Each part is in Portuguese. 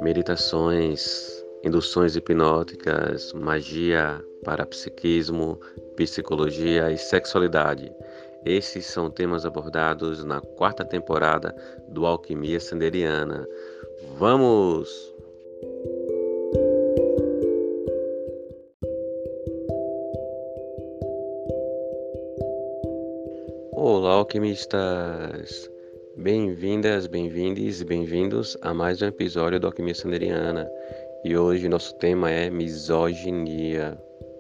meditações, induções hipnóticas, magia, parapsiquismo, psicologia e sexualidade. Esses são temas abordados na 4ª temporada do Alquimia Sanderiana. Vamos! Olá, alquimistas! Bem-vindas, bem-vindes e bem-vindos a mais um episódio do Alquimia Sanderiana. E hoje nosso tema é misoginia.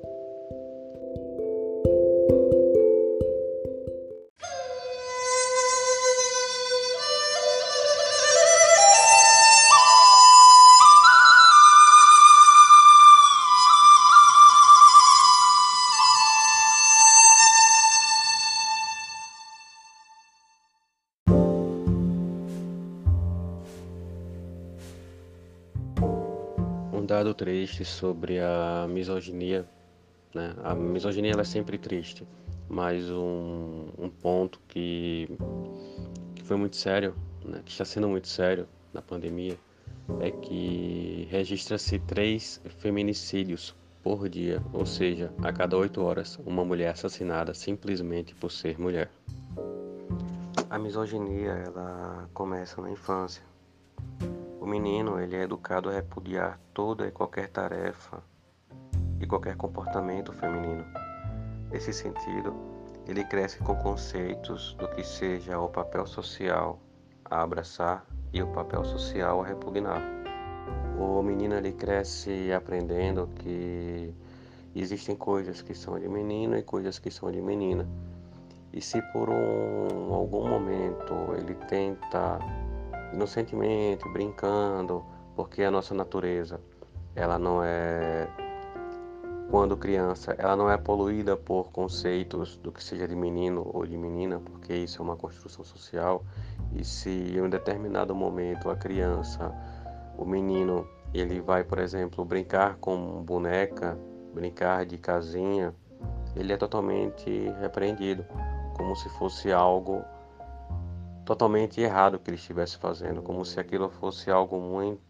Um dado triste sobre a misoginia, né? A misoginia ela é sempre triste, mas um ponto que foi muito sério, né? Que está sendo muito sério na pandemia, é que registra-se 3 feminicídios por dia, ou seja, a cada 8 horas, uma mulher assassinada simplesmente por ser mulher. A misoginia ela começa na infância. O menino ele é educado a repudiar toda e qualquer tarefa e qualquer comportamento feminino. Nesse sentido, ele cresce com conceitos do que seja o papel social a abraçar e o papel social a repugnar. O menino ele cresce aprendendo que existem coisas que são de menino e coisas que são de menina. E se por algum momento ele tenta, inocentemente, brincando, porque a nossa natureza, ela não é, quando criança, ela não é poluída por conceitos do que seja de menino ou de menina, porque isso é uma construção social. E se em um determinado momento a criança, o menino, ele vai, por exemplo, brincar com boneca, brincar de casinha, ele é totalmente repreendido, como se fosse algo totalmente errado que ele estivesse fazendo, como se aquilo fosse algo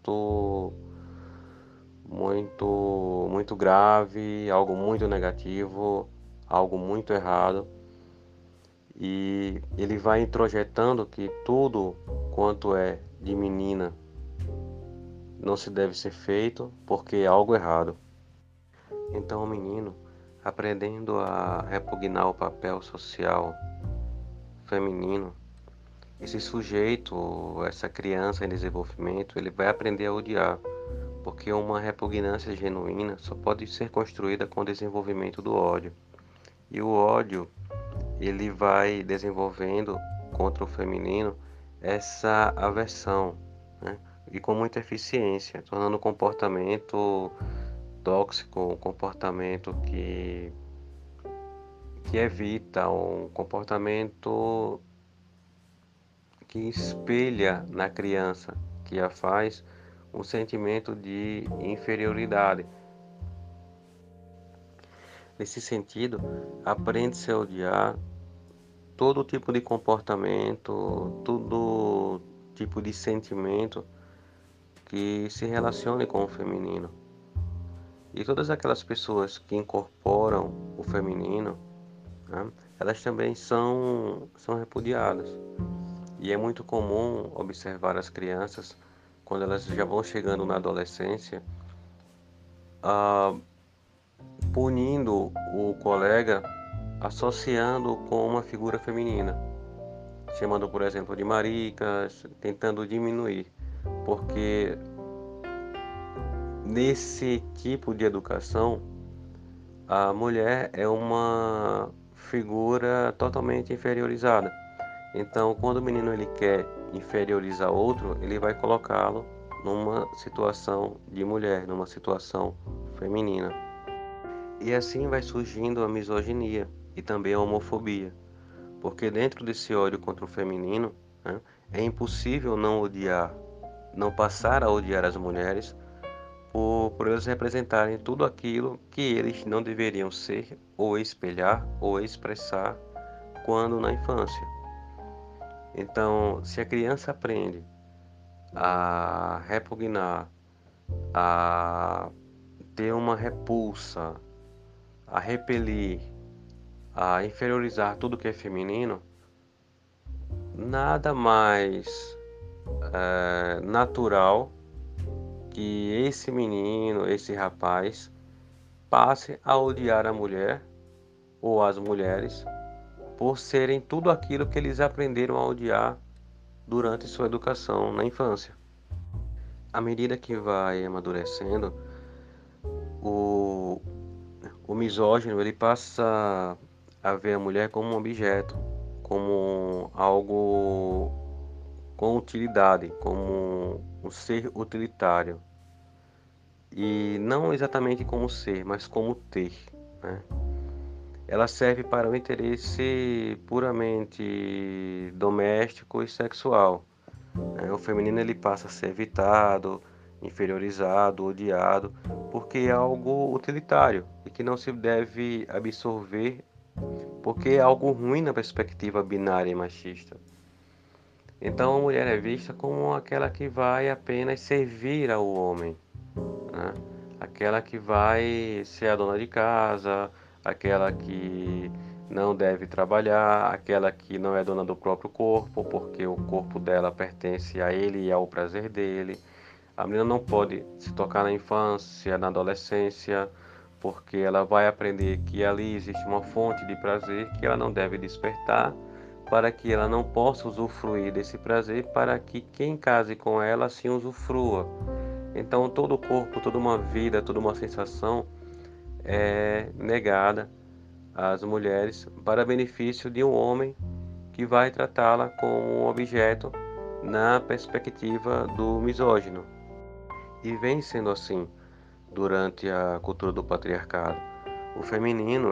muito grave, algo muito negativo, algo muito errado. E ele vai introjetando que tudo quanto é de menina não se deve ser feito porque é algo errado. Então o menino, aprendendo a repugnar o papel social feminino, esse sujeito, essa criança em desenvolvimento, ele vai aprender a odiar, porque uma repugnância genuína só pode ser construída com o desenvolvimento do ódio. E o ódio, ele vai desenvolvendo contra o feminino essa aversão, né? E com muita eficiência, tornando o comportamento tóxico, um comportamento que evita, um comportamento que espelha na criança, que a faz um sentimento de inferioridade. Nesse sentido, aprende-se a odiar todo tipo de comportamento, todo tipo de sentimento que se relacione com o feminino. E todas aquelas pessoas que incorporam o feminino, né, elas também são repudiadas. E é muito comum observar as crianças, quando elas já vão chegando na adolescência, punindo o colega, associando com uma figura feminina, chamando, por exemplo, de maricas, tentando diminuir, porque nesse tipo de educação, a mulher é uma figura totalmente inferiorizada. Então, quando o menino ele quer inferiorizar outro, ele vai colocá-lo numa situação de mulher, numa situação feminina. E assim vai surgindo a misoginia e também a homofobia, porque dentro desse ódio contra o feminino, né, é impossível não odiar, não passar a odiar as mulheres por eles representarem tudo aquilo que eles não deveriam ser, ou espelhar, ou expressar quando na infância. Então, se a criança aprende a repugnar a ter uma repulsa, a repelir, a inferiorizar tudo que é feminino, nada mais natural que esse menino, esse rapaz, passe a odiar a mulher ou as mulheres por serem tudo aquilo que eles aprenderam a odiar durante sua educação na infância. À medida que vai amadurecendo, o, o misógino ele passa a ver a mulher como um objeto, como algo com utilidade, como um ser utilitário. E não exatamente como ser, mas como ter, né? Ela serve para o interesse puramente doméstico e sexual, né? O feminino ele passa a ser evitado, inferiorizado, odiado, porque é algo utilitário e que não se deve absorver, porque é algo ruim na perspectiva binária e machista. Então a mulher é vista como aquela que vai apenas servir ao homem, né? Aquela que vai ser a dona de casa, aquela que não deve trabalhar, aquela que não é dona do próprio corpo, porque o corpo dela pertence a ele e ao prazer dele. A menina não pode se tocar na infância, na adolescência, porque ela vai aprender que ali existe uma fonte de prazer que ela não deve despertar, para que ela não possa usufruir desse prazer, para que quem case com ela assim usufrua. Então, todo o corpo, toda uma vida, toda uma sensação é negada às mulheres para benefício de um homem que vai tratá-la como um objeto na perspectiva do misógino. E vem sendo assim durante a cultura do patriarcado. O feminino,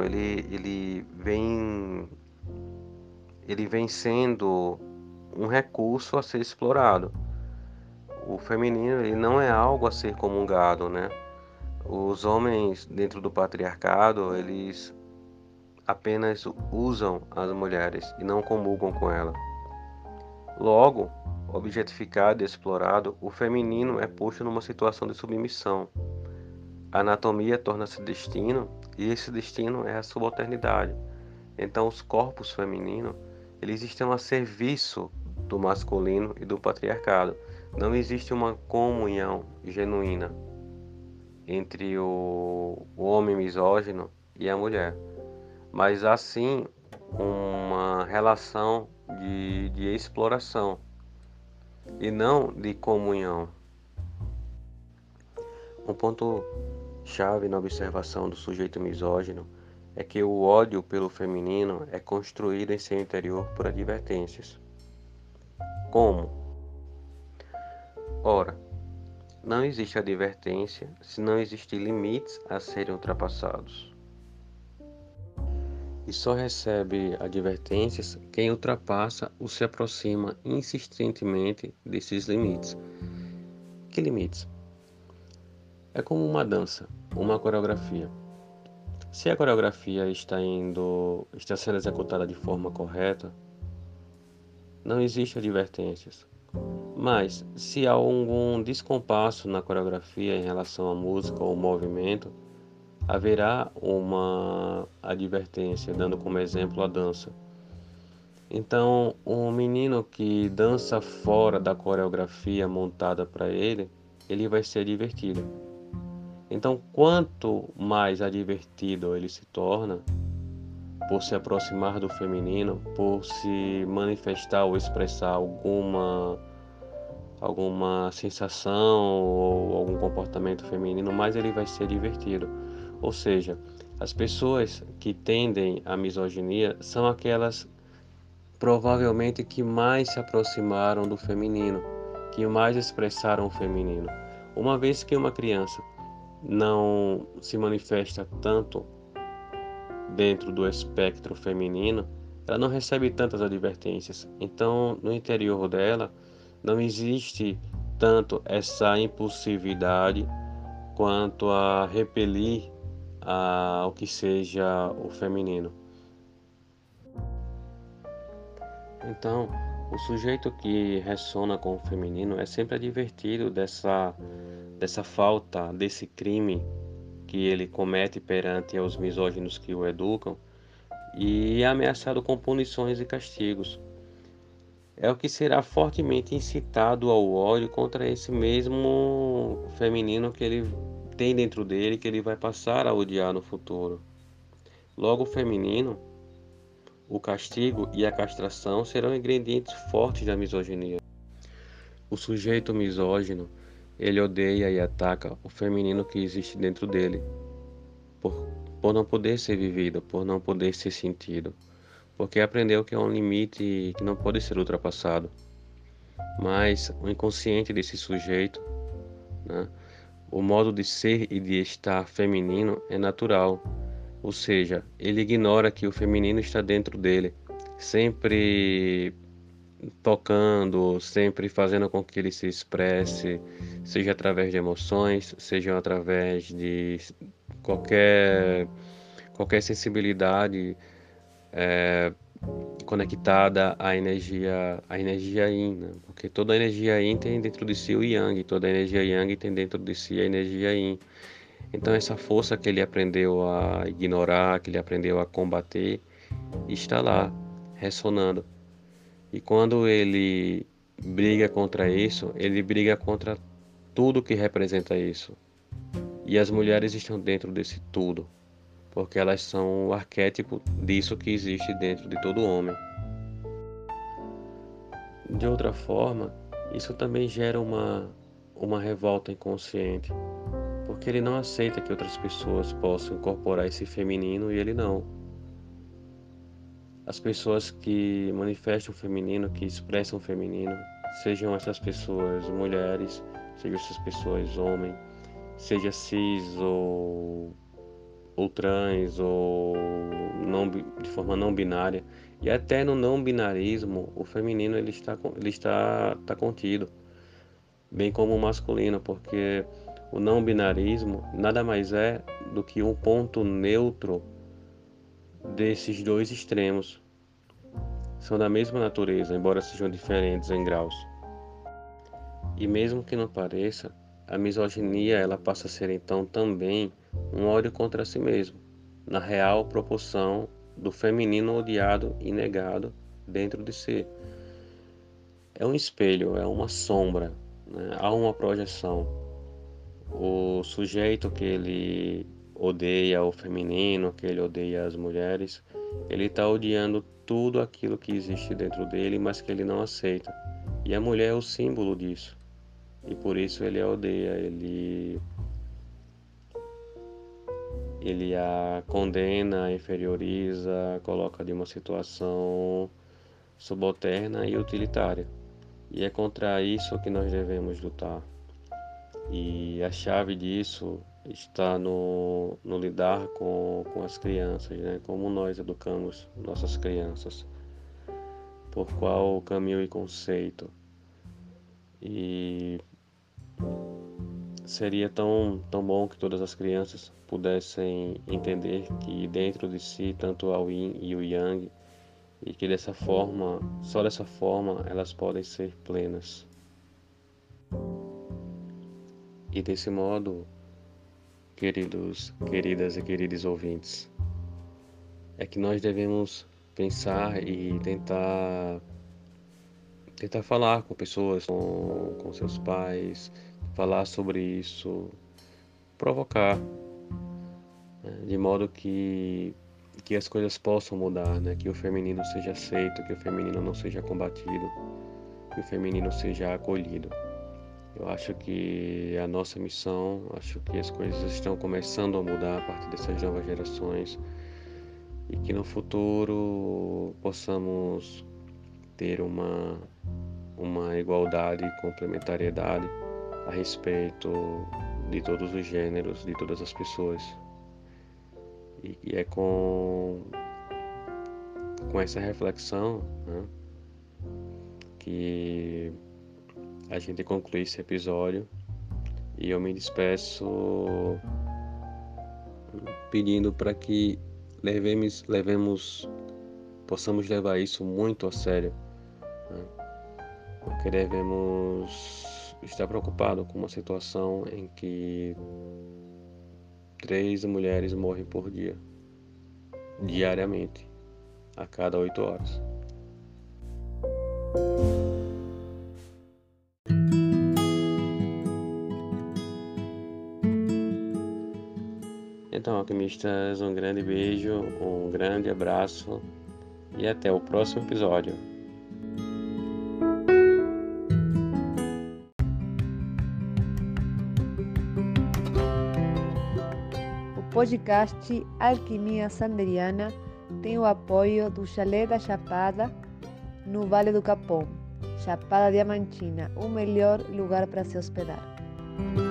ele vem sendo um recurso a ser explorado. O feminino, ele não é algo a ser comungado, né? Os homens dentro do patriarcado, eles apenas usam as mulheres e não comungam com ela. Logo, objetificado e explorado, o feminino é posto numa situação de submissão. A anatomia torna-se destino e esse destino é a subalternidade. Então, os corpos femininos, eles estão a serviço do masculino e do patriarcado. Não existe uma comunhão genuína entre o homem misógino e a mulher, mas há sim uma relação de exploração e não de comunhão. Um ponto chave na observação do sujeito misógino é que o ódio pelo feminino é construído em seu interior por advertências. Como? Ora, não existe advertência se não existem limites a serem ultrapassados. E só recebe advertências quem ultrapassa ou se aproxima insistentemente desses limites. Que limites? É como uma dança, uma coreografia. Se a coreografia está sendo executada de forma correta, não existe advertências. Mas, se há algum descompasso na coreografia em relação à música ou movimento, haverá uma advertência, dando como exemplo a dança. Então, um menino que dança fora da coreografia montada para ele, ele vai ser divertido. Então, quanto mais advertido ele se torna, por se aproximar do feminino, por se manifestar ou expressar alguma sensação ou algum comportamento feminino, mais ele vai ser divertido. Ou seja, as pessoas que tendem à misoginia são aquelas provavelmente que mais se aproximaram do feminino, que mais expressaram o feminino. Uma vez que uma criança não se manifesta tanto dentro do espectro feminino, ela não recebe tantas advertências. Então, no interior dela, não existe tanto essa impulsividade quanto a repelir o que seja o feminino. Então, o sujeito que ressona com o feminino é sempre advertido dessa falta, desse crime que ele comete perante aos misóginos que o educam, e é ameaçado com punições e castigos. É o que será fortemente incitado ao ódio contra esse mesmo feminino que ele tem dentro dele, que ele vai passar a odiar no futuro. Logo, o feminino, o castigo e a castração serão ingredientes fortes da misoginia. O sujeito misógino, ele odeia e ataca o feminino que existe dentro dele, por, por não poder ser vivido, por não poder ser sentido, porque aprendeu que é um limite que não pode ser ultrapassado. Mas o inconsciente desse sujeito, né, o modo de ser e de estar feminino é natural, ou seja, ele ignora que o feminino está dentro dele, sempre tocando, sempre fazendo com que ele se expresse, seja através de emoções, seja através de qualquer, qualquer sensibilidade conectada à energia Yin, né? Porque toda energia Yin tem dentro de si o Yang, toda energia Yang tem dentro de si a energia Yin. Então essa força que ele aprendeu a ignorar, que ele aprendeu a combater, está lá, ressonando. E quando ele briga contra isso, ele briga contra tudo que representa isso. E as mulheres estão dentro desse tudo, porque elas são o arquétipo disso que existe dentro de todo homem. De outra forma, isso também gera uma revolta inconsciente, porque ele não aceita que outras pessoas possam incorporar esse feminino e ele não. As pessoas que manifestam o feminino, que expressam o feminino, sejam essas pessoas mulheres, sejam essas pessoas homens, seja cis ou trans ou não, de forma não binária, e até no não binarismo o feminino tá contido, bem como o masculino, porque o não binarismo nada mais é do que um ponto neutro desses dois extremos. São da mesma natureza, embora sejam diferentes em graus. E mesmo que não pareça, a misoginia ela passa a ser então também um ódio contra si mesmo, na real proporção do feminino odiado e negado dentro de si. É um espelho, é uma sombra, né? Há uma projeção. O sujeito que ele odeia o feminino, que ele odeia as mulheres, ele está odiando tudo aquilo que existe dentro dele, mas que ele não aceita. E a mulher é o símbolo disso. E por isso ele a odeia, ele a condena, inferioriza, coloca de uma situação subalterna e utilitária. E é contra isso que nós devemos lutar. E a chave disso está no lidar com as crianças, né? Como nós educamos nossas crianças, por qual caminho e conceito. E seria tão bom que todas as crianças pudessem entender que dentro de si tanto há o Yin e o Yang, e que dessa forma, só dessa forma, elas podem ser plenas. E desse modo, queridas e queridos ouvintes, é que nós devemos pensar e tentar falar com pessoas, com seus pais, falar sobre isso, provocar, né, de modo que as coisas possam mudar, né? Que o feminino seja aceito, que o feminino não seja combatido, que o feminino seja acolhido. Eu acho que a nossa missão, acho que as coisas estão começando a mudar a partir dessas novas gerações e que no futuro possamos ter uma igualdade e complementariedade a respeito de todos os gêneros, de todas as pessoas. E é com essa reflexão, né, que a gente conclui esse episódio e eu me despeço pedindo para que possamos levar isso muito a sério, né? Porque devemos está preocupado com uma situação em que 3 mulheres morrem por dia, diariamente, a cada 8 horas. Então, alquimistas, um grande beijo, um grande abraço e até o próximo episódio. O podcast Alquimia Sanderiana tem o apoio do Chalé da Chapada, no Vale do Capão, Chapada Diamantina, o melhor lugar para se hospedar.